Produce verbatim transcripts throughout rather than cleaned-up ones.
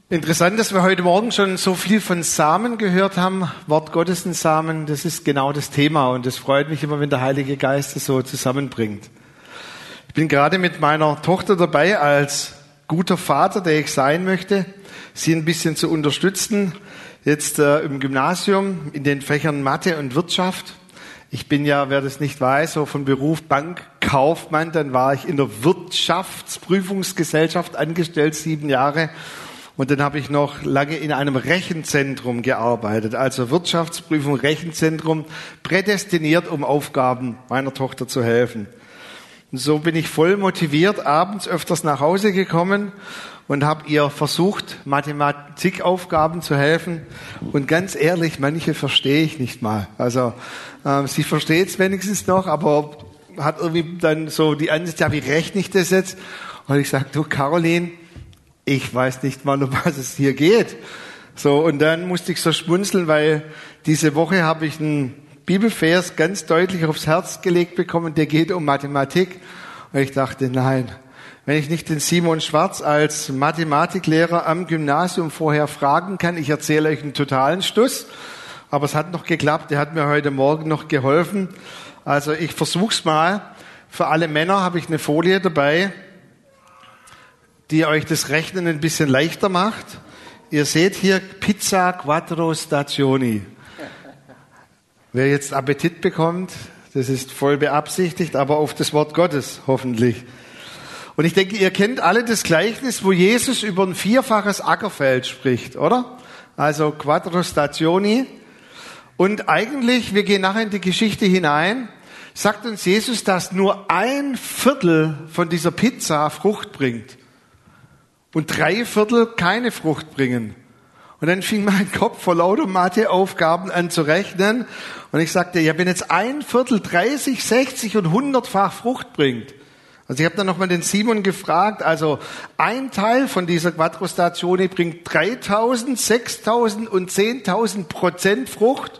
Interessant, dass wir heute Morgen schon so viel von Samen gehört haben. Wort Gottes und Samen, das ist genau das Thema. Und es freut mich immer, wenn der Heilige Geist es so zusammenbringt. Ich bin gerade mit meiner Tochter dabei, als guter Vater, der ich sein möchte, sie ein bisschen zu unterstützen. Jetzt äh, im Gymnasium in den Fächern Mathe und Wirtschaft. Ich bin ja, wer das nicht weiß, so von Beruf Bankkaufmann. Dann war ich in der Wirtschaftsprüfungsgesellschaft angestellt, sieben Jahre. Und dann habe ich noch lange in einem Rechenzentrum gearbeitet, also Wirtschaftsprüfung, Rechenzentrum, prädestiniert, um Aufgaben meiner Tochter zu helfen. Und so bin ich voll motiviert, abends öfters nach Hause gekommen und habe ihr versucht, Mathematikaufgaben zu helfen. Und ganz ehrlich, manche verstehe ich nicht mal. Also äh, sie versteht es wenigstens noch, aber hat irgendwie dann so die Ansicht, ja, wie rechne ich das jetzt? Und ich sage, du Caroline, ich weiß nicht mal, um was es hier geht. So, und dann musste ich so schmunzeln, weil diese Woche habe ich einen Bibelvers ganz deutlich aufs Herz gelegt bekommen, der geht um Mathematik. Und ich dachte, nein, wenn ich nicht den Simon Schwarz als Mathematiklehrer am Gymnasium vorher fragen kann, ich erzähle euch einen totalen Stuss. Aber es hat noch geklappt, der hat mir heute Morgen noch geholfen. Also ich versuch's mal. Für alle Männer habe ich eine Folie dabei, die euch das Rechnen ein bisschen leichter macht. Ihr seht hier Pizza Quattro Stagioni. Wer jetzt Appetit bekommt, das ist voll beabsichtigt, aber auf das Wort Gottes hoffentlich. Und ich denke, ihr kennt alle das Gleichnis, wo Jesus über ein vierfaches Ackerfeld spricht, oder? Also Quattro Stagioni. Und eigentlich, wir gehen nachher in die Geschichte hinein, sagt uns Jesus, dass nur ein Viertel von dieser Pizza Frucht bringt. Und drei Viertel keine Frucht bringen. Und dann fing mein Kopf vor lauter Matheaufgaben an zu rechnen. Und ich sagte, ja, wenn jetzt ein Viertel dreißig, sechzig und hundertfach Frucht bringt. Also ich habe dann nochmal den Simon gefragt, also ein Teil von dieser Quattro Stagioni bringt dreitausend, sechstausend und zehntausend Prozent Frucht.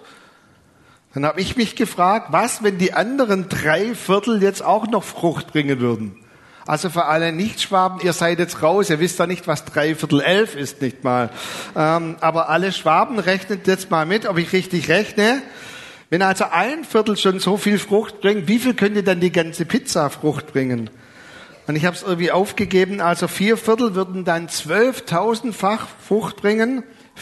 Dann habe ich mich gefragt, was, wenn die anderen drei Viertel jetzt auch noch Frucht bringen würden? Also für alle Nichtschwaben, ihr seid jetzt raus, ihr wisst ja nicht, was drei Viertel elf ist, nicht mal. Ähm, aber alle Schwaben rechnet jetzt mal mit, ob ich richtig rechne. Wenn also ein Viertel schon so viel Frucht bringt, wie viel könnte dann die ganze Pizza Frucht bringen? Und ich habe es irgendwie aufgegeben, also vier Viertel würden dann zwölftausendfach Frucht bringen,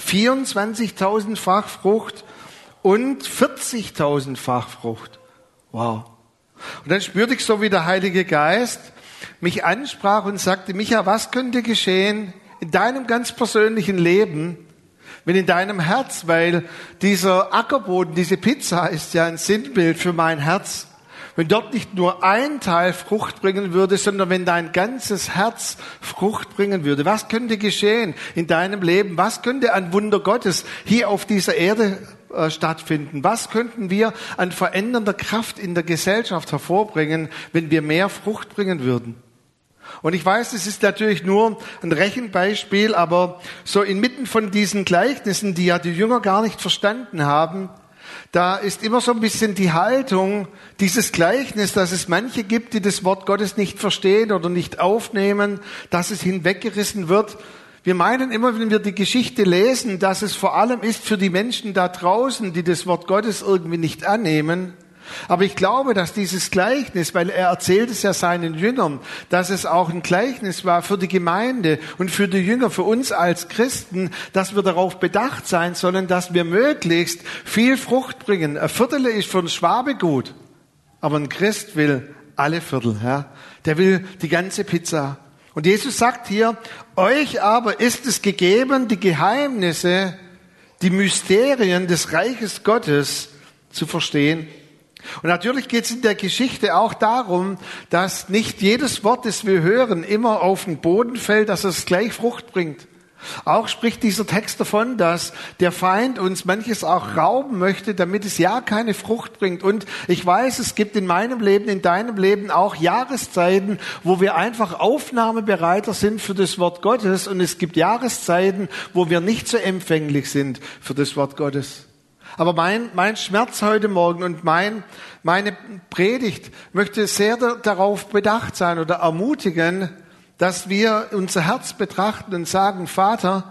vierundzwanzigtausendfach Frucht und vierzigtausendfach Frucht. Wow. Und dann spürte ich so, wie der Heilige Geist mich ansprach und sagte, Micha, was könnte geschehen in deinem ganz persönlichen Leben, wenn in deinem Herz, weil dieser Ackerboden, diese Pizza ist ja ein Sinnbild für mein Herz, wenn dort nicht nur ein Teil Frucht bringen würde, sondern wenn dein ganzes Herz Frucht bringen würde. Was könnte geschehen in deinem Leben? Was könnte an Wunder Gottes hier auf dieser Erde äh, stattfinden? Was könnten wir an verändernder Kraft in der Gesellschaft hervorbringen, wenn wir mehr Frucht bringen würden? Und ich weiß, es ist natürlich nur ein Rechenbeispiel, aber so inmitten von diesen Gleichnissen, die ja die Jünger gar nicht verstanden haben, da ist immer so ein bisschen die Haltung, dieses Gleichnis, dass es manche gibt, die das Wort Gottes nicht verstehen oder nicht aufnehmen, dass es hinweggerissen wird. Wir meinen immer, wenn wir die Geschichte lesen, dass es vor allem ist für die Menschen da draußen, die das Wort Gottes irgendwie nicht annehmen. Aber ich glaube, dass dieses Gleichnis, weil er erzählt es ja seinen Jüngern, dass es auch ein Gleichnis war für die Gemeinde und für die Jünger, für uns als Christen, dass wir darauf bedacht sein sollen, dass wir möglichst viel Frucht bringen. Ein Viertel ist für einen Schwabe gut, aber ein Christ will alle Viertel. Ja? Der will die ganze Pizza. Und Jesus sagt hier, euch aber ist es gegeben, die Geheimnisse, die Mysterien des Reiches Gottes zu verstehen. Und natürlich geht es in der Geschichte auch darum, dass nicht jedes Wort, das wir hören, immer auf den Boden fällt, dass es gleich Frucht bringt. Auch spricht dieser Text davon, dass der Feind uns manches auch rauben möchte, damit es ja keine Frucht bringt. Und ich weiß, es gibt in meinem Leben, in deinem Leben auch Jahreszeiten, wo wir einfach aufnahmebereiter sind für das Wort Gottes. Und es gibt Jahreszeiten, wo wir nicht so empfänglich sind für das Wort Gottes. Aber mein, mein Schmerz heute Morgen und mein, meine Predigt möchte sehr da, darauf bedacht sein oder ermutigen, dass wir unser Herz betrachten und sagen, Vater,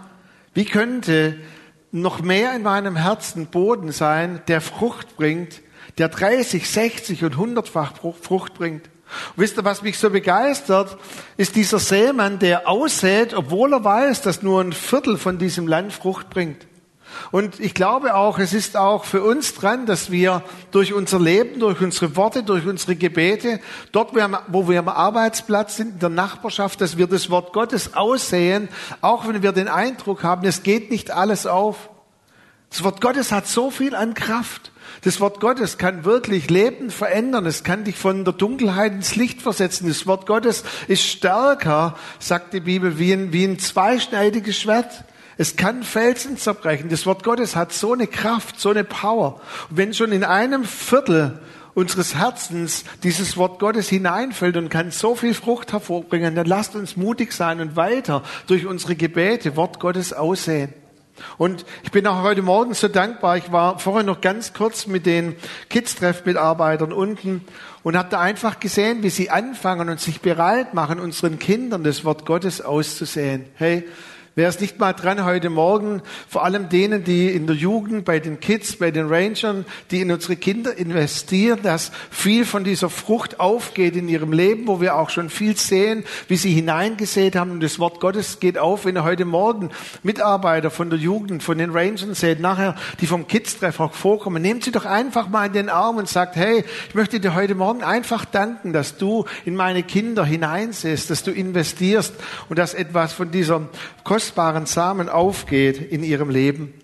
Wie könnte noch mehr in meinem Herzen Boden sein, der Frucht bringt, der dreißig, sechzig und hundertfach Frucht bringt? Und wisst ihr, was mich so begeistert, ist dieser Sämann, der aussät, obwohl er weiß, dass nur ein Viertel von diesem Land Frucht bringt. Und ich glaube auch, es ist auch für uns dran, dass wir durch unser Leben, durch unsere Worte, durch unsere Gebete, dort, wo wir am Arbeitsplatz sind, in der Nachbarschaft, dass wir das Wort Gottes aussehen, auch wenn wir den Eindruck haben, es geht nicht alles auf. Das Wort Gottes hat so viel an Kraft. Das Wort Gottes kann wirklich Leben verändern. Es kann dich von der Dunkelheit ins Licht versetzen. Das Wort Gottes ist stärker, sagt die Bibel, wie ein, wie ein zweischneidiges Schwert. Es kann Felsen zerbrechen. Das Wort Gottes hat so eine Kraft, so eine Power. Und wenn schon in einem Viertel unseres Herzens dieses Wort Gottes hineinfällt und kann so viel Frucht hervorbringen, dann lasst uns mutig sein und weiter durch unsere Gebete Wort Gottes aussehen. Und ich bin auch heute Morgen so dankbar. Ich war vorher noch ganz kurz mit den Kids-Treff-Mitarbeitern unten und habe da einfach gesehen, wie sie anfangen und sich bereit machen, unseren Kindern das Wort Gottes auszusehen. Hey, wäre es nicht mal dran heute Morgen, vor allem denen, die in der Jugend, bei den Kids, bei den Rangern, die in unsere Kinder investieren, dass viel von dieser Frucht aufgeht in ihrem Leben, wo wir auch schon viel sehen, wie sie hineingesät haben. Und das Wort Gottes geht auf, wenn ihr heute Morgen Mitarbeiter von der Jugend, von den Rangern seht, nachher, die vom Kids-Treff auch vorkommen. Nehmt sie doch einfach mal in den Arm und sagt, hey, ich möchte dir heute Morgen einfach danken, dass du in meine Kinder hineinsehst, dass du investierst und dass etwas von dieser kostbaren Samen aufgeht in ihrem Leben.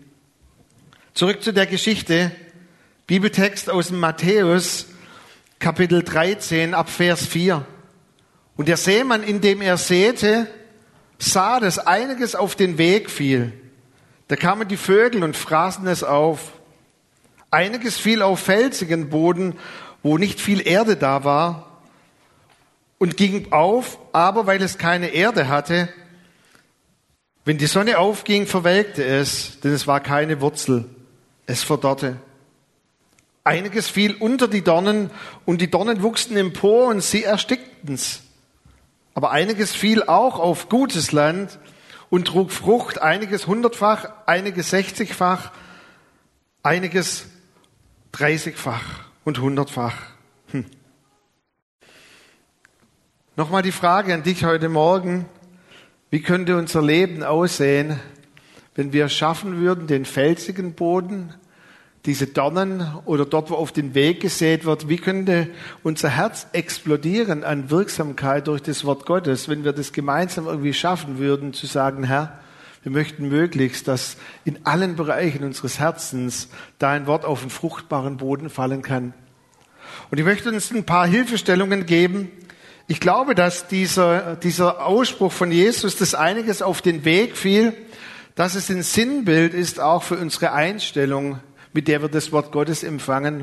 Zurück zu der Geschichte. Bibeltext aus dem Matthäus, Kapitel dreizehn, ab Vers vier. Und der Sämann, indem er säte, sah, dass einiges auf den Weg fiel. Da kamen die Vögel und fraßen es auf. Einiges fiel auf felsigen Boden, wo nicht viel Erde da war, und ging auf, aber weil es keine Erde hatte, wenn die Sonne aufging, verwelkte es, denn es war keine Wurzel. Es verdorrte. Einiges fiel unter die Dornen und die Dornen wuchsen empor und sie erstickten's. Aber einiges fiel auch auf gutes Land und trug Frucht, einiges hundertfach, einiges sechzigfach, einiges dreißigfach und hundertfach. Hm. Nochmal die Frage an dich heute Morgen. Wie könnte unser Leben aussehen, wenn wir es schaffen würden, den felsigen Boden, diese Dornen oder dort, wo auf den Weg gesät wird, wie könnte unser Herz explodieren an Wirksamkeit durch das Wort Gottes, wenn wir das gemeinsam irgendwie schaffen würden, zu sagen, Herr, wir möchten möglichst, dass in allen Bereichen unseres Herzens dein Wort auf einen fruchtbaren Boden fallen kann. Und ich möchte uns ein paar Hilfestellungen geben. Ich glaube, dass dieser, dieser Ausspruch von Jesus, dass einiges auf den Weg fiel, dass es ein Sinnbild ist auch für unsere Einstellung, mit der wir das Wort Gottes empfangen.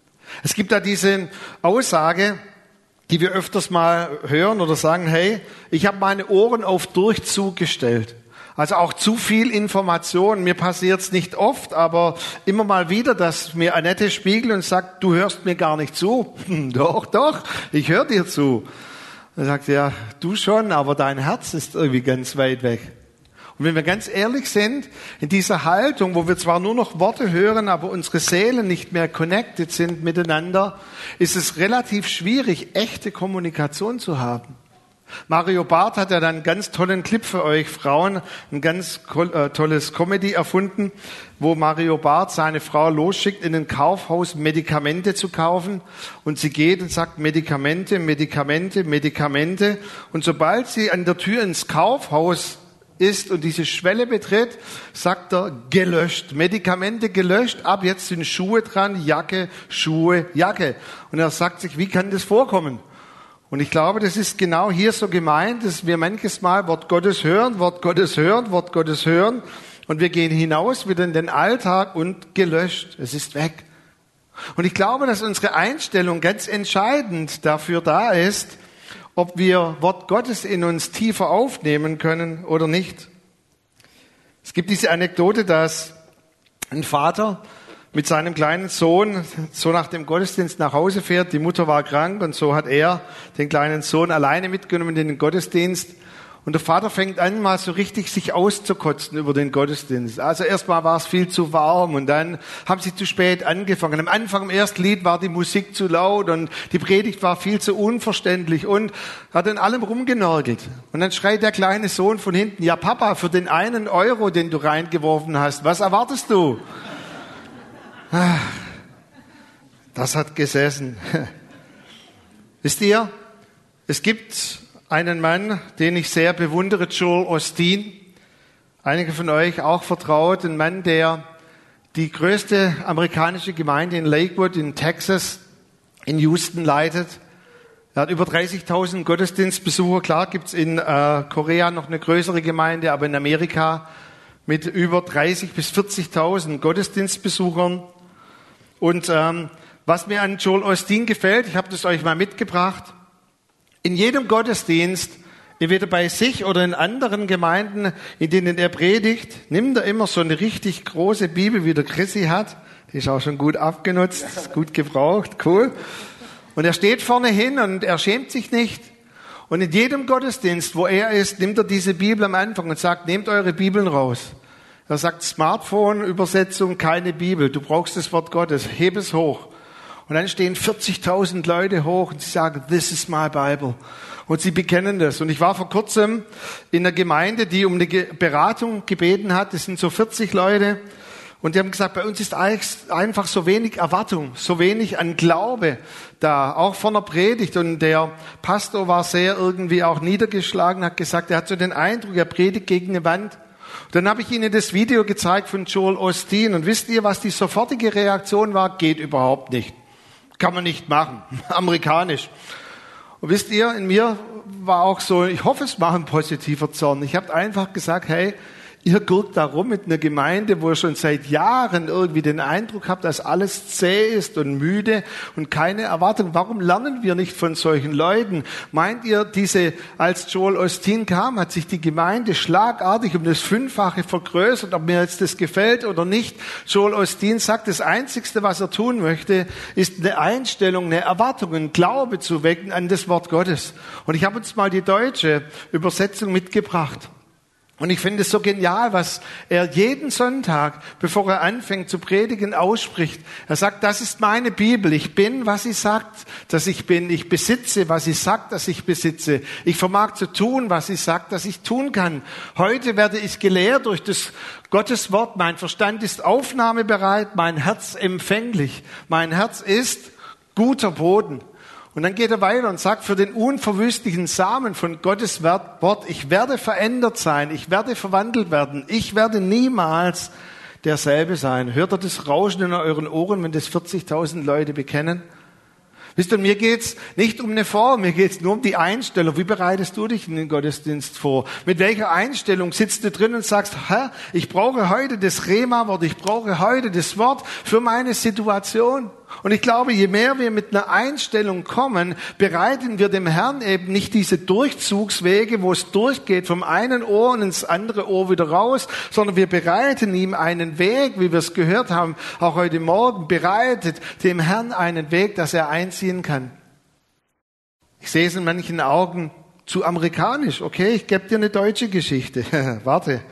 Es gibt da diese Aussage, die wir öfters mal hören oder sagen, hey, ich habe meine Ohren auf Durchzug gestellt. Also auch zu viel Information. Mir passiert es nicht oft, aber immer mal wieder, dass mir Annette spiegelt und sagt, du hörst mir gar nicht zu. Doch, doch, ich höre dir zu. Dann sagt sie, ja, du schon, aber dein Herz ist irgendwie ganz weit weg. Und wenn wir ganz ehrlich sind, in dieser Haltung, wo wir zwar nur noch Worte hören, aber unsere Seelen nicht mehr connected sind miteinander, ist es relativ schwierig, echte Kommunikation zu haben. Mario Barth hat ja dann einen ganz tollen Clip für euch Frauen, ein ganz tolles Comedy erfunden, wo Mario Barth seine Frau losschickt, in ein Kaufhaus Medikamente zu kaufen. Und sie geht und sagt Medikamente, Medikamente, Medikamente. Und sobald sie an der Tür ins Kaufhaus ist und diese Schwelle betritt, sagt er, gelöscht, Medikamente gelöscht, ab jetzt sind Schuhe dran, Jacke, Schuhe, Jacke. Und er sagt sich, wie kann das vorkommen? Und ich glaube, das ist genau hier so gemeint, dass wir manches Mal Wort Gottes hören, Wort Gottes hören, Wort Gottes hören und wir gehen hinaus wieder in den Alltag und gelöscht. Es ist weg. Und ich glaube, dass unsere Einstellung ganz entscheidend dafür da ist, ob wir Wort Gottes in uns tiefer aufnehmen können oder nicht. Es gibt diese Anekdote, dass ein Vater mit seinem kleinen Sohn so nach dem Gottesdienst nach Hause fährt. Die Mutter war krank und so hat er den kleinen Sohn alleine mitgenommen in den Gottesdienst. Und der Vater fängt an, mal so richtig sich auszukotzen über den Gottesdienst. Also erstmal war es viel zu warm und dann haben sie zu spät angefangen. Am Anfang im ersten Lied war die Musik zu laut und die Predigt war viel zu unverständlich und hat an allem rumgenörgelt. Und dann schreit der kleine Sohn von hinten, ja Papa, für den einen Euro, den du reingeworfen hast, was erwartest du? Das hat gesessen. Wisst ihr, es gibt einen Mann, den ich sehr bewundere, Joel Osteen. Einige von euch auch vertraut, ein Mann, der die größte amerikanische Gemeinde in Lakewood in Texas, in Houston leitet. Er hat über dreißigtausend Gottesdienstbesucher. Klar gibt's in äh, Korea noch eine größere Gemeinde, aber in Amerika mit über dreißig bis vierzigtausend Gottesdienstbesuchern. Und ähm, was mir an Joel Osteen gefällt, ich habe das euch mal mitgebracht, in jedem Gottesdienst, entweder bei sich oder in anderen Gemeinden, in denen er predigt, nimmt er immer so eine richtig große Bibel, wie der Chrissy hat. Die ist auch schon gut abgenutzt, ist gut gebraucht, cool. Und er steht vorne hin und er schämt sich nicht. Und in jedem Gottesdienst, wo er ist, nimmt er diese Bibel am Anfang und sagt, nehmt eure Bibeln raus. Er sagt, Smartphone-Übersetzung, keine Bibel. Du brauchst das Wort Gottes, heb es hoch. Und dann stehen vierzigtausend Leute hoch und sie sagen, this is my Bible. Und sie bekennen das. Und ich war vor kurzem in einer Gemeinde, die um eine Beratung gebeten hat. Das sind so vierzig Leute. Und die haben gesagt, bei uns ist einfach so wenig Erwartung, so wenig an Glaube da, auch von der Predigt. Und der Pastor war sehr irgendwie auch niedergeschlagen, hat gesagt, er hat so den Eindruck, er predigt gegen eine Wand. Und dann habe ich Ihnen das Video gezeigt von Joel Osteen. Und wisst ihr, was die sofortige Reaktion war? Geht überhaupt nicht. Kann man nicht machen. Amerikanisch. Und wisst ihr, in mir war auch so, ich hoffe, es war ein positiver Zorn. Ich habe einfach gesagt, hey, ihr gurkt da rum mit einer Gemeinde, wo ihr schon seit Jahren irgendwie den Eindruck habt, dass alles zäh ist und müde und keine Erwartung. Warum lernen wir nicht von solchen Leuten? Meint ihr, diese, als Joel Osteen kam, hat sich die Gemeinde schlagartig um das Fünffache vergrößert, ob mir jetzt das gefällt oder nicht? Joel Osteen sagt, das Einzigste, was er tun möchte, ist eine Einstellung, eine Erwartung, einen Glaube zu wecken an das Wort Gottes. Und ich habe uns mal die deutsche Übersetzung mitgebracht. Und ich finde es so genial, was er jeden Sonntag, bevor er anfängt zu predigen, ausspricht. Er sagt, das ist meine Bibel. Ich bin, was sie sagt, dass ich bin. Ich besitze, was sie sagt, dass ich besitze. Ich vermag zu tun, was sie sagt, dass ich tun kann. Heute werde ich gelehrt durch das Gottes Wort. Mein Verstand ist aufnahmebereit, mein Herz empfänglich. Mein Herz ist guter Boden. Und dann geht er weiter und sagt, für den unverwüstlichen Samen von Gottes Wort, ich werde verändert sein, ich werde verwandelt werden, ich werde niemals derselbe sein. Hört ihr das Rauschen in euren Ohren, wenn das vierzigtausend Leute bekennen? Wisst ihr, mir geht's nicht um eine Form, mir geht's nur um die Einstellung. Wie bereitest du dich in den Gottesdienst vor? Mit welcher Einstellung sitzt du drin und sagst, Herr, ich brauche heute das Rema-Wort, ich brauche heute das Wort für meine Situation. Und ich glaube, je mehr wir mit einer Einstellung kommen, bereiten wir dem Herrn eben nicht diese Durchzugswege, wo es durchgeht vom einen Ohr und ins andere Ohr wieder raus, sondern wir bereiten ihm einen Weg, wie wir es gehört haben, auch heute Morgen, bereitet dem Herrn einen Weg, dass er einziehen kann. Ich sehe es in manchen Augen zu amerikanisch. Okay, ich gebe dir eine deutsche Geschichte. Warte.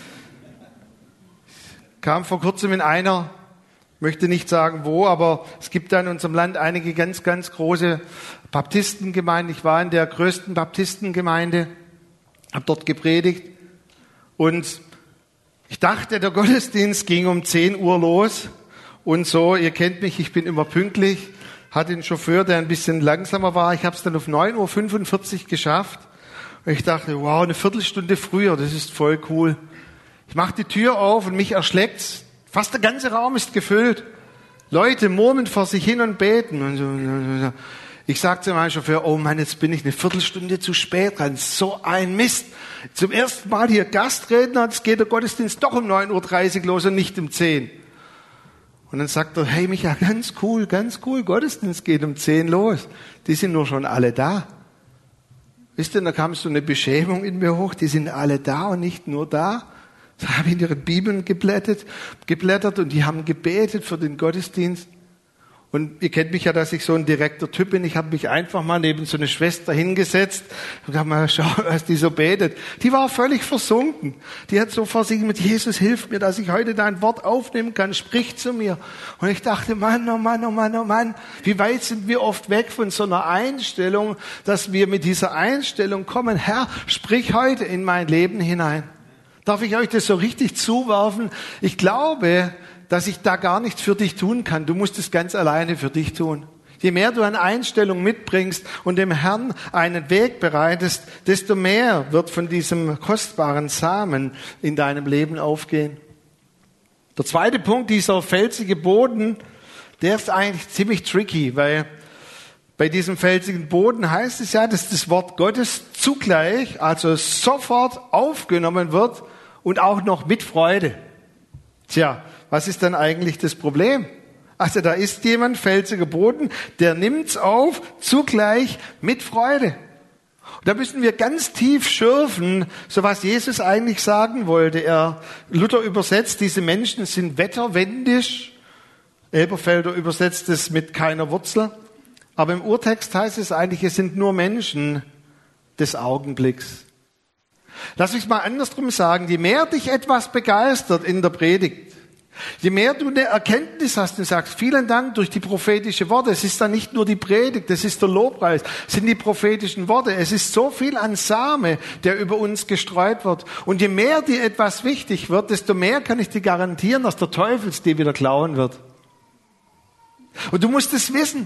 Ich kam vor kurzem in einer, möchte nicht sagen wo, aber es gibt da in unserem Land einige ganz, ganz große Baptistengemeinden. Ich war in der größten Baptistengemeinde, habe dort gepredigt und ich dachte, der Gottesdienst ging um zehn Uhr los und so, ihr kennt mich, ich bin immer pünktlich, hatte einen Chauffeur, der ein bisschen langsamer war. Ich habe es dann auf neun Uhr fünfundvierzig geschafft und ich dachte, wow, eine Viertelstunde früher, das ist voll cool. Ich mache die Tür auf und mich erschleckt's. Fast der ganze Raum ist gefüllt. Leute murmeln vor sich hin und beten. Und so. Ich sagte zu meinem Chauffeur, oh Mann, jetzt bin ich eine Viertelstunde zu spät dran. So ein Mist. Zum ersten Mal hier Gastredner, jetzt geht der Gottesdienst doch um neun Uhr dreißig los und nicht um zehn. Und dann sagt er, hey Micha, ganz cool, ganz cool, Gottesdienst geht um zehn los. Die sind nur schon alle da. Wisst ihr, da kam so eine Beschämung in mir hoch, die sind alle da und nicht nur da. Sie haben in ihre Bibeln geblättert, geblättert und die haben gebetet für den Gottesdienst. Und ihr kennt mich ja, dass ich so ein direkter Typ bin. Ich habe mich einfach mal neben so eine Schwester hingesetzt und habe mal geschaut, was die so betet. Die war völlig versunken. Die hat so vor sich mit Jesus, hilf mir, dass ich heute dein Wort aufnehmen kann, sprich zu mir. Und ich dachte, Mann, oh Mann, oh Mann, oh Mann, wie weit sind wir oft weg von so einer Einstellung, dass wir mit dieser Einstellung kommen, Herr, sprich heute in mein Leben hinein. Darf ich euch das so richtig zuwerfen? Ich glaube, dass ich da gar nichts für dich tun kann. Du musst es ganz alleine für dich tun. Je mehr du an Einstellung mitbringst und dem Herrn einen Weg bereitest, desto mehr wird von diesem kostbaren Samen in deinem Leben aufgehen. Der zweite Punkt, dieser felsige Boden, der ist eigentlich ziemlich tricky, weil bei diesem felsigen Boden heißt es ja, dass das Wort Gottes zugleich, also sofort aufgenommen wird und auch noch mit Freude. Tja, was ist dann eigentlich das Problem? Also da ist jemand, felsiger Boden, der nimmt's auf, zugleich mit Freude. Und da müssen wir ganz tief schürfen, so was Jesus eigentlich sagen wollte. Er, Luther übersetzt, diese Menschen sind wetterwendisch. Elberfelder übersetzt es mit keiner Wurzel. Aber im Urtext heißt es eigentlich, es sind nur Menschen des Augenblicks. Lass mich mal andersrum sagen, je mehr dich etwas begeistert in der Predigt, je mehr du eine Erkenntnis hast und sagst, vielen Dank durch die prophetische Worte, es ist dann nicht nur die Predigt, es ist der Lobpreis, es sind die prophetischen Worte, es ist so viel an Same, der über uns gestreut wird. Und je mehr dir etwas wichtig wird, desto mehr kann ich dir garantieren, dass der Teufel es dir wieder klauen wird. Und du musst es wissen.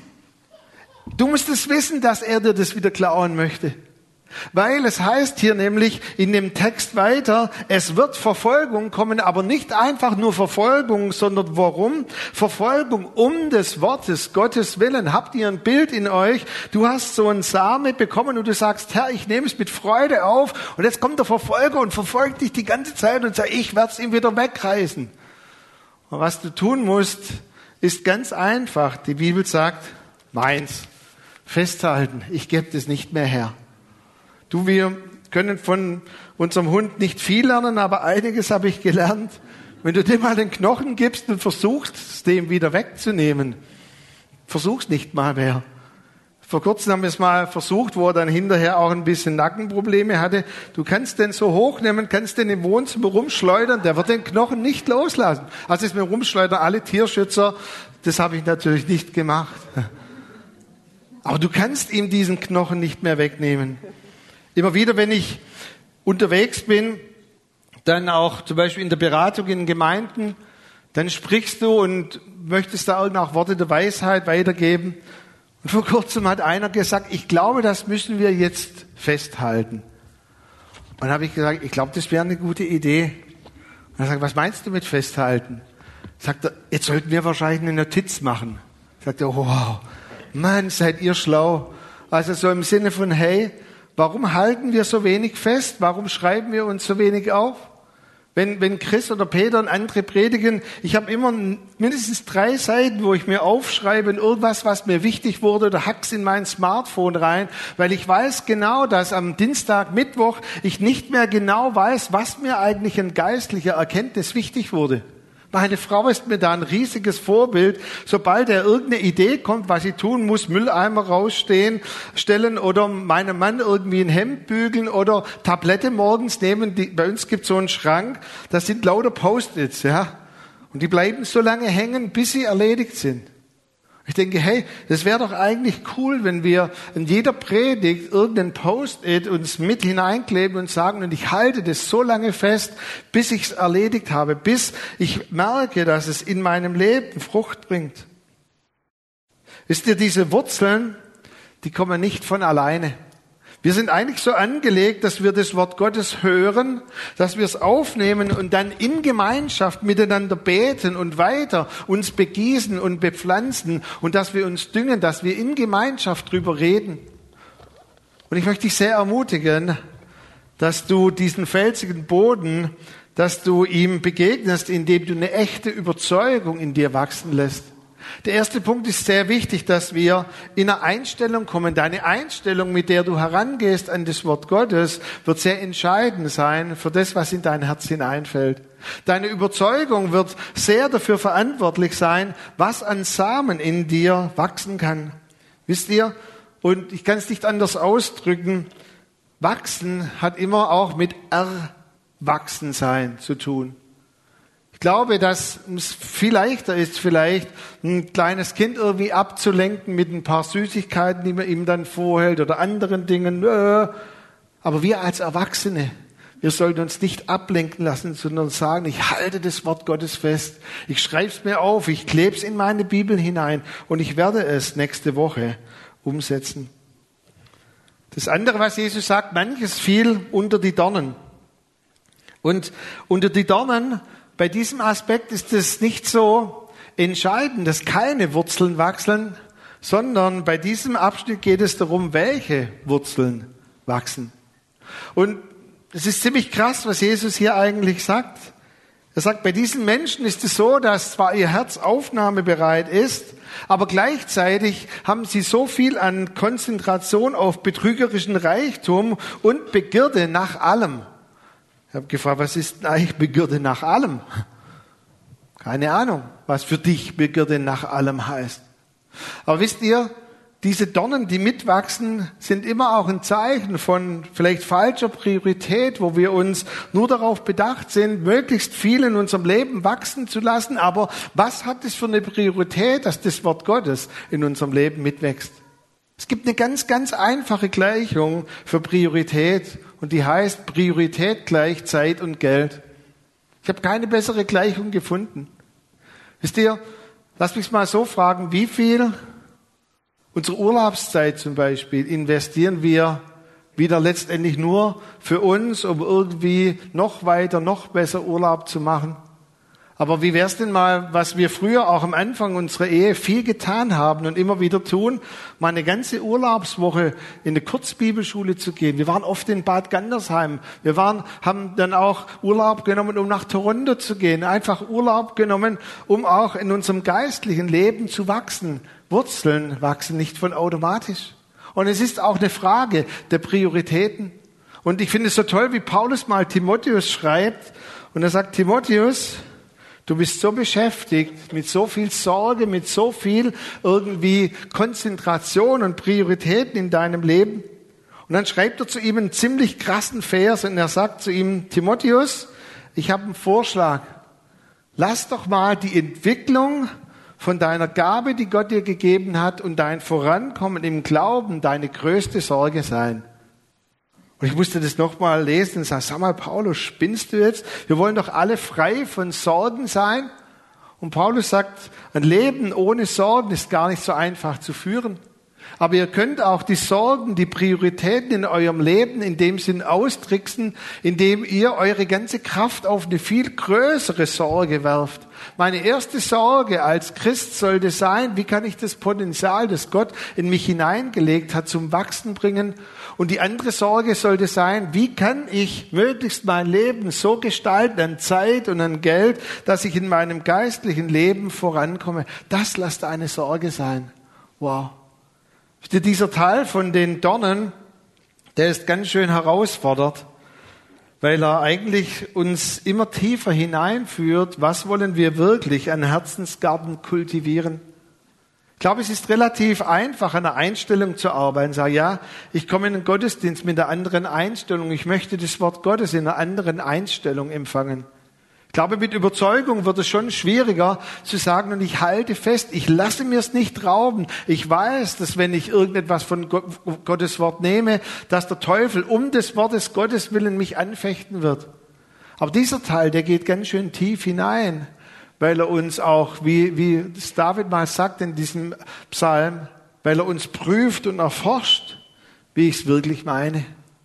Du musst es wissen, dass er dir das wieder klauen möchte. Weil es heißt hier nämlich in dem Text weiter, es wird Verfolgung kommen, aber nicht einfach nur Verfolgung, sondern warum? Verfolgung um des Wortes Gottes willen. Habt ihr ein Bild in euch? Du hast so einen Same bekommen und du sagst, Herr, ich nehme es mit Freude auf. Und jetzt kommt der Verfolger und verfolgt dich die ganze Zeit und sagt, ich werde es ihm wieder wegreißen. Und was du tun musst, ist ganz einfach. Die Bibel sagt, meins. Festhalten, ich gebe das nicht mehr her. Du, wir können von unserem Hund nicht viel lernen, aber einiges habe ich gelernt. Wenn du dem mal den Knochen gibst und versuchst, es dem wieder wegzunehmen, versuch's nicht mal mehr. Vor kurzem haben wir es mal versucht, wo er dann hinterher auch ein bisschen Nackenprobleme hatte. Du kannst den so hochnehmen, kannst den im Wohnzimmer rumschleudern, der wird den Knochen nicht loslassen. Also ist mir rumschleudern, alle Tierschützer, das habe ich natürlich nicht gemacht. Aber du kannst ihm diesen Knochen nicht mehr wegnehmen. Immer wieder, wenn ich unterwegs bin, dann auch zum Beispiel in der Beratung in Gemeinden, dann sprichst du und möchtest da auch Worte der Weisheit weitergeben. Und vor kurzem hat einer gesagt, ich glaube, das müssen wir jetzt festhalten. Und dann habe ich gesagt, ich glaube, das wäre eine gute Idee. Und er sagt, was meinst du mit festhalten? Sagt er, jetzt sollten wir wahrscheinlich eine Notiz machen. Sagt er, wow, Mann, seid ihr schlau. Also so im Sinne von, hey, warum halten wir so wenig fest? Warum schreiben wir uns so wenig auf? Wenn, wenn Chris oder Peter und andere predigen, ich habe immer mindestens drei Seiten, wo ich mir aufschreibe, irgendwas, was mir wichtig wurde, oder hack's in mein Smartphone rein, weil ich weiß genau, dass am Dienstag, Mittwoch ich nicht mehr genau weiß, was mir eigentlich in geistlicher Erkenntnis wichtig wurde. Meine Frau ist mir da ein riesiges Vorbild. Sobald er irgendeine Idee kommt, was sie tun muss, Mülleimer rausstehen, stellen oder meinem Mann irgendwie ein Hemd bügeln oder Tablette morgens nehmen. Die, bei uns gibt es so einen Schrank, da sind lauter Post-its, ja. Und die bleiben so lange hängen, bis sie erledigt sind. Ich denke, hey, das wäre doch eigentlich cool, wenn wir in jeder Predigt irgendein Post-it uns mit hineinkleben und sagen, und ich halte das so lange fest, bis ich es erledigt habe, bis ich merke, dass es in meinem Leben Frucht bringt. Wisst ihr, diese Wurzeln, die kommen nicht von alleine. Wir sind eigentlich so angelegt, dass wir das Wort Gottes hören, dass wir es aufnehmen und dann in Gemeinschaft miteinander beten und weiter uns begießen und bepflanzen und dass wir uns düngen, dass wir in Gemeinschaft drüber reden. Und ich möchte dich sehr ermutigen, dass du diesen felsigen Boden, dass du ihm begegnest, indem du eine echte Überzeugung in dir wachsen lässt. Der erste Punkt ist sehr wichtig, dass wir in eine Einstellung kommen. Deine Einstellung, mit der du herangehst an das Wort Gottes, wird sehr entscheidend sein für das, was in dein Herz hineinfällt. Deine Überzeugung wird sehr dafür verantwortlich sein, was an Samen in dir wachsen kann. Wisst ihr, und ich kann es nicht anders ausdrücken, wachsen hat immer auch mit Erwachsensein zu tun. Ich glaube, dass es viel leichter ist, vielleicht ein kleines Kind irgendwie abzulenken mit ein paar Süßigkeiten, die man ihm dann vorhält oder anderen Dingen. Aber wir als Erwachsene, wir sollten uns nicht ablenken lassen, sondern sagen, ich halte das Wort Gottes fest. Ich schreibe es mir auf, ich klebe es in meine Bibel hinein und ich werde es nächste Woche umsetzen. Das andere, was Jesus sagt, manches fiel unter die Dornen. Und unter die Dornen, bei diesem Aspekt ist es nicht so entscheidend, dass keine Wurzeln wachsen, sondern bei diesem Abschnitt geht es darum, welche Wurzeln wachsen. Und es ist ziemlich krass, was Jesus hier eigentlich sagt. Er sagt, bei diesen Menschen ist es so, dass zwar ihr Herz aufnahmebereit ist, aber gleichzeitig haben sie so viel an Konzentration auf betrügerischen Reichtum und Begierde nach allem. Ich habe gefragt, was ist denn eigentlich Begierde nach allem? Keine Ahnung, was für dich Begierde nach allem heißt. Aber wisst ihr, diese Dornen, die mitwachsen, sind immer auch ein Zeichen von vielleicht falscher Priorität, wo wir uns nur darauf bedacht sind, möglichst viel in unserem Leben wachsen zu lassen. Aber was hat es für eine Priorität, dass das Wort Gottes in unserem Leben mitwächst? Es gibt eine ganz, ganz einfache Gleichung für Priorität und die heißt Priorität gleich Zeit und Geld. Ich habe keine bessere Gleichung gefunden. Wisst ihr, lasst mich mal so fragen, wie viel unsere Urlaubszeit zum Beispiel investieren wir wieder letztendlich nur für uns, um irgendwie noch weiter, noch besser Urlaub zu machen. Aber wie wär's denn mal, was wir früher auch am Anfang unserer Ehe viel getan haben und immer wieder tun, mal eine ganze Urlaubswoche in eine Kurzbibelschule zu gehen. Wir waren oft in Bad Gandersheim. Wir waren, haben dann auch Urlaub genommen, um nach Toronto zu gehen. Einfach Urlaub genommen, um auch in unserem geistlichen Leben zu wachsen. Wurzeln wachsen nicht von automatisch. Und es ist auch eine Frage der Prioritäten. Und ich finde es so toll, wie Paulus mal Timotheus schreibt. Und er sagt, Timotheus, du bist so beschäftigt mit so viel Sorge, mit so viel irgendwie Konzentration und Prioritäten in deinem Leben. Und dann schreibt er zu ihm einen ziemlich krassen Vers und er sagt zu ihm, Timotheus, ich habe einen Vorschlag. Lass doch mal die Entwicklung von deiner Gabe, die Gott dir gegeben hat, und dein Vorankommen im Glauben deine größte Sorge sein. Und ich musste das nochmal lesen und sagen, sag mal, Paulus, spinnst du jetzt? Wir wollen doch alle frei von Sorgen sein. Und Paulus sagt, ein Leben ohne Sorgen ist gar nicht so einfach zu führen. Aber ihr könnt auch die Sorgen, die Prioritäten in eurem Leben in dem Sinn austricksen, indem ihr eure ganze Kraft auf eine viel größere Sorge werft. Meine erste Sorge als Christ sollte sein, wie kann ich das Potenzial, das Gott in mich hineingelegt hat, zum Wachsen bringen? Und die andere Sorge sollte sein, wie kann ich möglichst mein Leben so gestalten an Zeit und an Geld, dass ich in meinem geistlichen Leben vorankomme? Das lasst eine Sorge sein. Wow. Dieser Teil von den Dornen, der ist ganz schön herausfordernd, weil er eigentlich uns immer tiefer hineinführt, was wollen wir wirklich an Herzensgarten kultivieren. Ich glaube, es ist relativ einfach, an einer Einstellung zu arbeiten. Sag, ja, ich komme in den Gottesdienst mit einer anderen Einstellung. Ich möchte das Wort Gottes in einer anderen Einstellung empfangen. Ich glaube, mit Überzeugung wird es schon schwieriger zu sagen, und ich halte fest, ich lasse mir es nicht rauben. Ich weiß, dass wenn ich irgendetwas von Gottes Wort nehme, dass der Teufel um des Wortes Gottes willen mich anfechten wird. Aber dieser Teil, der geht ganz schön tief hinein, weil er uns auch, wie, wie es David mal sagt in diesem Psalm, weil er uns prüft und erforscht, wie ich es wirklich meine.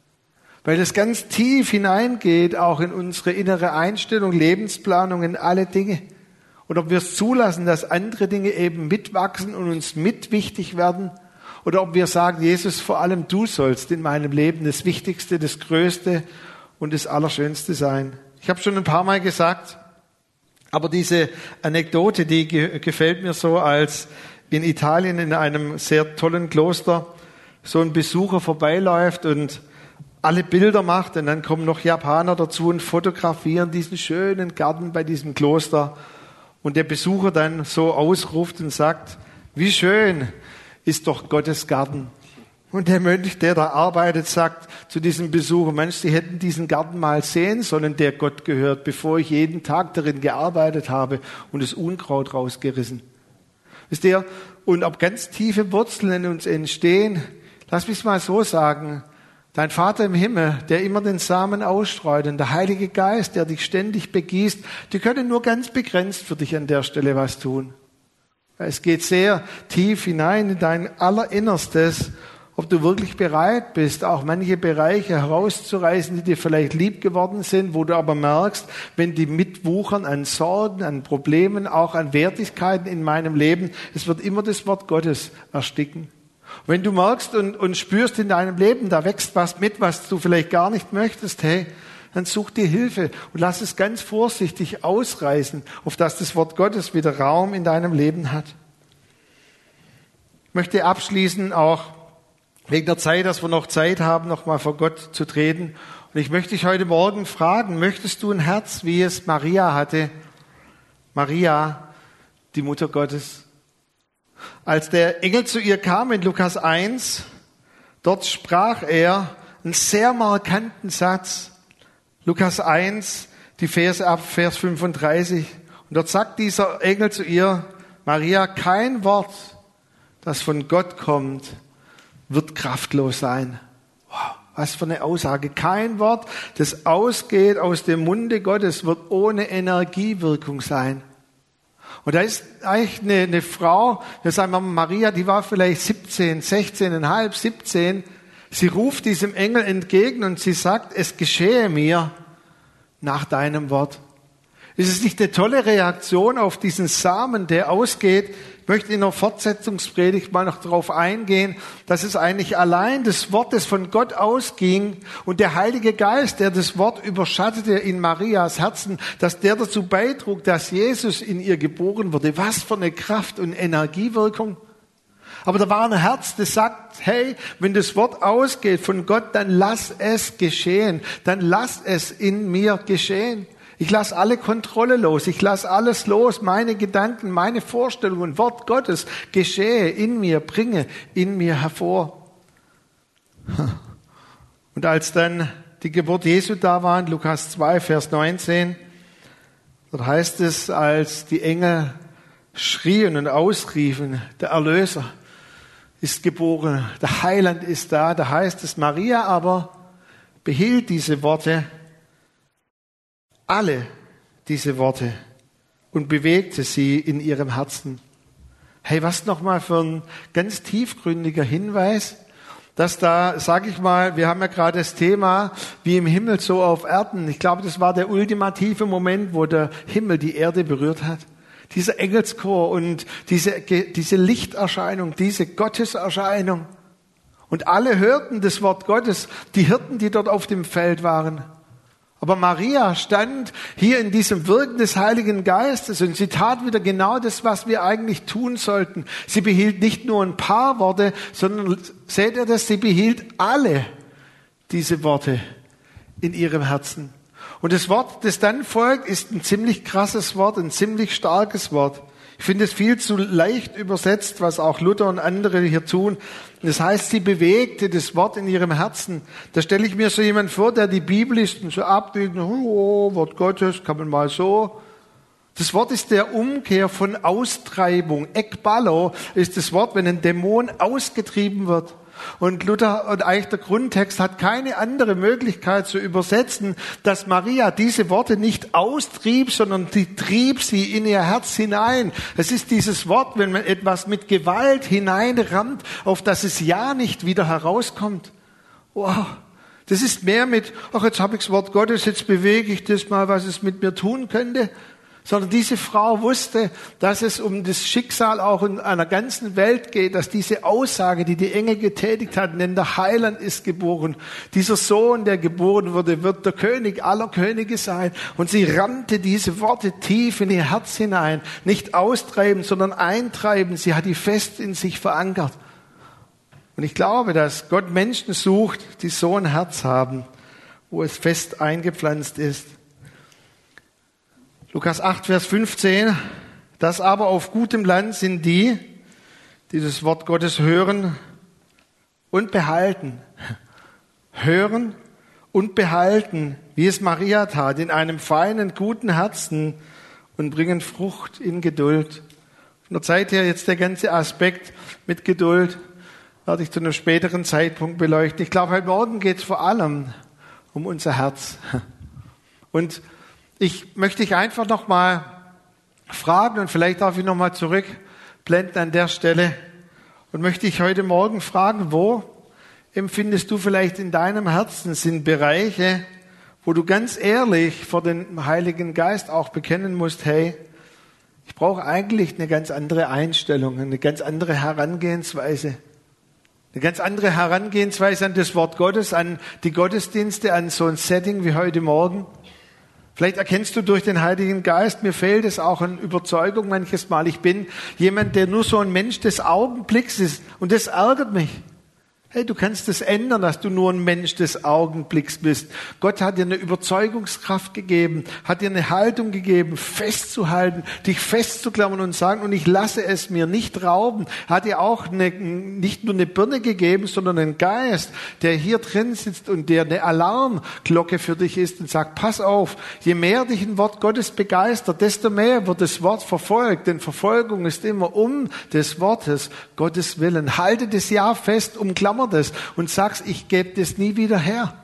Weil es ganz tief hineingeht, auch in unsere innere Einstellung, Lebensplanung, in alle Dinge. Und ob wir es zulassen, dass andere Dinge eben mitwachsen und uns mit wichtig werden. Oder ob wir sagen, Jesus, vor allem du sollst in meinem Leben das Wichtigste, das Größte und das Allerschönste sein. Ich habe schon ein paar Mal gesagt, Aber diese Anekdote, die ge- gefällt mir so, als in Italien in einem sehr tollen Kloster so ein Besucher vorbeiläuft und alle Bilder macht und dann kommen noch Japaner dazu und fotografieren diesen schönen Garten bei diesem Kloster und der Besucher dann so ausruft und sagt, wie schön ist doch Gottes Garten. Und der Mönch, der da arbeitet, sagt zu diesem Besucher, Mensch, Sie hätten diesen Garten mal sehen sollen, der Gott gehört, bevor ich jeden Tag darin gearbeitet habe und das Unkraut rausgerissen. Wisst ihr, und ob ganz tiefe Wurzeln in uns entstehen, lass mich mal so sagen, dein Vater im Himmel, der immer den Samen ausstreut und der Heilige Geist, der dich ständig begießt, die können nur ganz begrenzt für dich an der Stelle was tun. Es geht sehr tief hinein in dein Allerinnerstes, ob du wirklich bereit bist, auch manche Bereiche herauszureißen, die dir vielleicht lieb geworden sind, wo du aber merkst, wenn die mitwuchern an Sorgen, an Problemen, auch an Wertigkeiten in meinem Leben, es wird immer das Wort Gottes ersticken. Wenn du merkst und, und spürst in deinem Leben, da wächst was mit, was du vielleicht gar nicht möchtest, hey, dann such dir Hilfe und lass es ganz vorsichtig ausreißen, auf dass das Wort Gottes wieder Raum in deinem Leben hat. Ich möchte abschließen auch wegen der Zeit, dass wir noch Zeit haben, noch mal vor Gott zu treten. Und ich möchte dich heute Morgen fragen, möchtest du ein Herz, wie es Maria hatte? Maria, die Mutter Gottes. Als der Engel zu ihr kam in Lukas eins, dort sprach er einen sehr markanten Satz. Lukas eins, die Verse ab Vers fünfunddreißig. Und dort sagt dieser Engel zu ihr, Maria, kein Wort, das von Gott kommt, wird kraftlos sein. Wow, was für eine Aussage. Kein Wort, das ausgeht aus dem Munde Gottes, wird ohne Energiewirkung sein. Und da ist eigentlich eine, eine Frau, wir sagen mal Maria, die war vielleicht siebzehn, sechzehneinhalb, siebzehn. Sie ruft diesem Engel entgegen und sie sagt, es geschehe mir nach deinem Wort. Ist es nicht eine tolle Reaktion auf diesen Samen, der ausgeht? Ich möchte in der Fortsetzungspredigt mal noch darauf eingehen, dass es eigentlich allein das Wort, das von Gott ausging und der Heilige Geist, der das Wort überschattete in Marias Herzen, dass der dazu beitrug, dass Jesus in ihr geboren wurde. Was für eine Kraft und Energiewirkung. Aber da war ein Herz, das sagt, hey, wenn das Wort ausgeht von Gott, dann lass es geschehen. Dann lass es in mir geschehen. Ich lasse alle Kontrolle los. Ich lasse alles los. Meine Gedanken, meine Vorstellungen, Wort Gottes geschehe in mir, bringe in mir hervor. Und als dann die Geburt Jesu da war, in Lukas zwei, Vers neunzehn, dort heißt es, als die Engel schrien und ausriefen, der Erlöser ist geboren, der Heiland ist da, da heißt es, Maria aber behielt diese Worte, alle diese Worte und bewegte sie in ihrem Herzen. Hey, was nochmal für ein ganz tiefgründiger Hinweis, dass da, sag ich mal, wir haben ja gerade das Thema, wie im Himmel so auf Erden. Ich glaube, das war der ultimative Moment, wo der Himmel die Erde berührt hat. Dieser Engelschor und diese, diese Lichterscheinung, diese Gotteserscheinung. Und alle hörten das Wort Gottes, die Hirten, die dort auf dem Feld waren. Aber Maria stand hier in diesem Wirken des Heiligen Geistes und sie tat wieder genau das, was wir eigentlich tun sollten. Sie behielt nicht nur ein paar Worte, sondern seht ihr das, sie behielt alle diese Worte in ihrem Herzen. Und das Wort, das dann folgt, ist ein ziemlich krasses Wort, ein ziemlich starkes Wort. Ich finde es viel zu leicht übersetzt, was auch Luther und andere hier tun. Das heißt, sie bewegte das Wort in ihrem Herzen. Da stelle ich mir so jemand vor, der die Bibel liest und so abwägt, oh, Wort Gottes, kann man mal so. Das Wort ist der Umkehr von Austreibung. Ekballo ist das Wort, wenn ein Dämon ausgetrieben wird. Und Luther und eigentlich der Grundtext hat keine andere Möglichkeit zu übersetzen, dass Maria diese Worte nicht austrieb, sondern die trieb sie in ihr Herz hinein. Es ist dieses Wort, wenn man etwas mit Gewalt hineinrammt, auf das es ja nicht wieder herauskommt. Wow, das ist mehr mit, ach jetzt habe ich das Wort Gottes, jetzt bewege ich das mal, was es mit mir tun könnte. sondern diese Frau wusste, dass es um das Schicksal auch in einer ganzen Welt geht, dass diese Aussage, die die Engel getätigt hatten, denn der Heiland ist geboren, dieser Sohn, der geboren wurde, wird der König aller Könige sein. Und sie rammte diese Worte tief in ihr Herz hinein, nicht austreiben, sondern eintreiben. Sie hat die fest in sich verankert. Und ich glaube, dass Gott Menschen sucht, die so ein Herz haben, wo es fest eingepflanzt ist. Lukas acht, Vers fünfzehn. Das aber auf gutem Land sind die, die das Wort Gottes hören und behalten. Hören und behalten, wie es Maria tat, in einem feinen, guten Herzen und bringen Frucht in Geduld. Von der Zeit her jetzt der ganze Aspekt mit Geduld werde ich zu einem späteren Zeitpunkt beleuchten. Ich glaube, heute Morgen geht es vor allem um unser Herz. Und ich möchte dich einfach noch mal fragen, und vielleicht darf ich noch mal zurückblenden an der Stelle, und möchte dich heute Morgen fragen, wo empfindest du vielleicht in deinem Herzen sind Bereiche, wo du ganz ehrlich vor dem Heiligen Geist auch bekennen musst, hey, ich brauche eigentlich eine ganz andere Einstellung, eine ganz andere Herangehensweise. Eine ganz andere Herangehensweise an das Wort Gottes, an die Gottesdienste, an so ein Setting wie heute Morgen. Vielleicht erkennst du durch den Heiligen Geist, mir fehlt es auch an Überzeugung manches Mal. Ich bin jemand, der nur so ein Mensch des Augenblicks ist, und das ärgert mich. Hey, du kannst das ändern, dass du nur ein Mensch des Augenblicks bist. Gott hat dir eine Überzeugungskraft gegeben, hat dir eine Haltung gegeben, festzuhalten, dich festzuklammern und sagen, und ich lasse es mir nicht rauben. Hat dir auch eine, nicht nur eine Birne gegeben, sondern einen Geist, der hier drin sitzt und der eine Alarmglocke für dich ist und sagt, pass auf, je mehr dich ein Wort Gottes begeistert, desto mehr wird das Wort verfolgt. Denn Verfolgung ist immer um des Wortes Gottes willen. Halte das Ja fest, umklammer das und sagst, ich gebe das nie wieder her.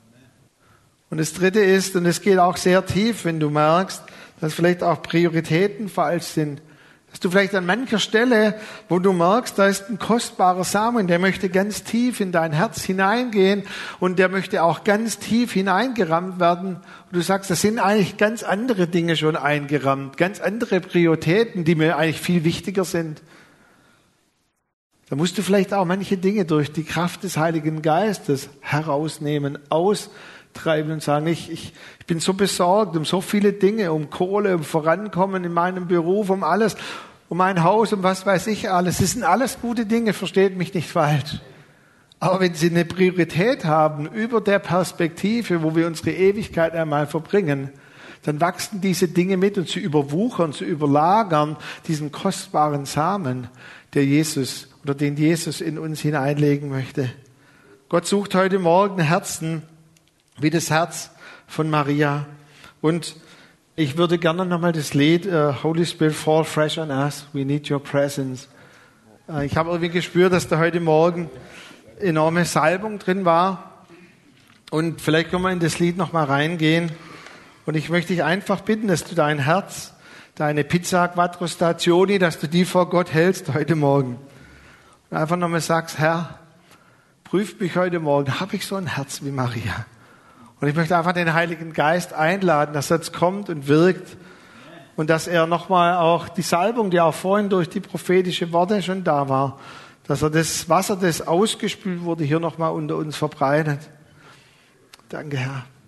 Und das Dritte ist, und es geht auch sehr tief, wenn du merkst, dass vielleicht auch Prioritäten falsch sind, dass du vielleicht an mancher Stelle, wo du merkst, da ist ein kostbarer Samen, der möchte ganz tief in dein Herz hineingehen und der möchte auch ganz tief hineingerammt werden. Und du sagst, das sind eigentlich ganz andere Dinge schon eingerammt, ganz andere Prioritäten, die mir eigentlich viel wichtiger sind. Da musst du vielleicht auch manche Dinge durch die Kraft des Heiligen Geistes herausnehmen, austreiben und sagen, ich, ich, ich bin so besorgt um so viele Dinge, um Kohle, um Vorankommen in meinem Beruf, um alles, um mein Haus, um was weiß ich alles. Das sind alles gute Dinge, versteht mich nicht falsch. Aber wenn sie eine Priorität haben über der Perspektive, wo wir unsere Ewigkeit einmal verbringen, dann wachsen diese Dinge mit und sie überwuchern, sie überlagern diesen kostbaren Samen, der Jesus oder den Jesus in uns hineinlegen möchte. Gott sucht heute Morgen Herzen wie das Herz von Maria. Und ich würde gerne nochmal das Lied uh, Holy Spirit, fall fresh on us, we need your presence. Uh, ich habe irgendwie gespürt, dass da heute Morgen enorme Salbung drin war. Und vielleicht können wir in das Lied nochmal reingehen. Und ich möchte dich einfach bitten, dass du dein Herz, deine Pizza Quattro Stagioni, dass du die vor Gott hältst heute Morgen. Und einfach nochmal sagst, Herr, prüf mich heute Morgen, habe ich so ein Herz wie Maria? Und ich möchte einfach den Heiligen Geist einladen, dass er jetzt kommt und wirkt und dass er nochmal auch die Salbung, die auch vorhin durch die prophetische Worte schon da war, dass er das Wasser, das ausgespült wurde, hier nochmal unter uns verbreitet. Danke, Herr.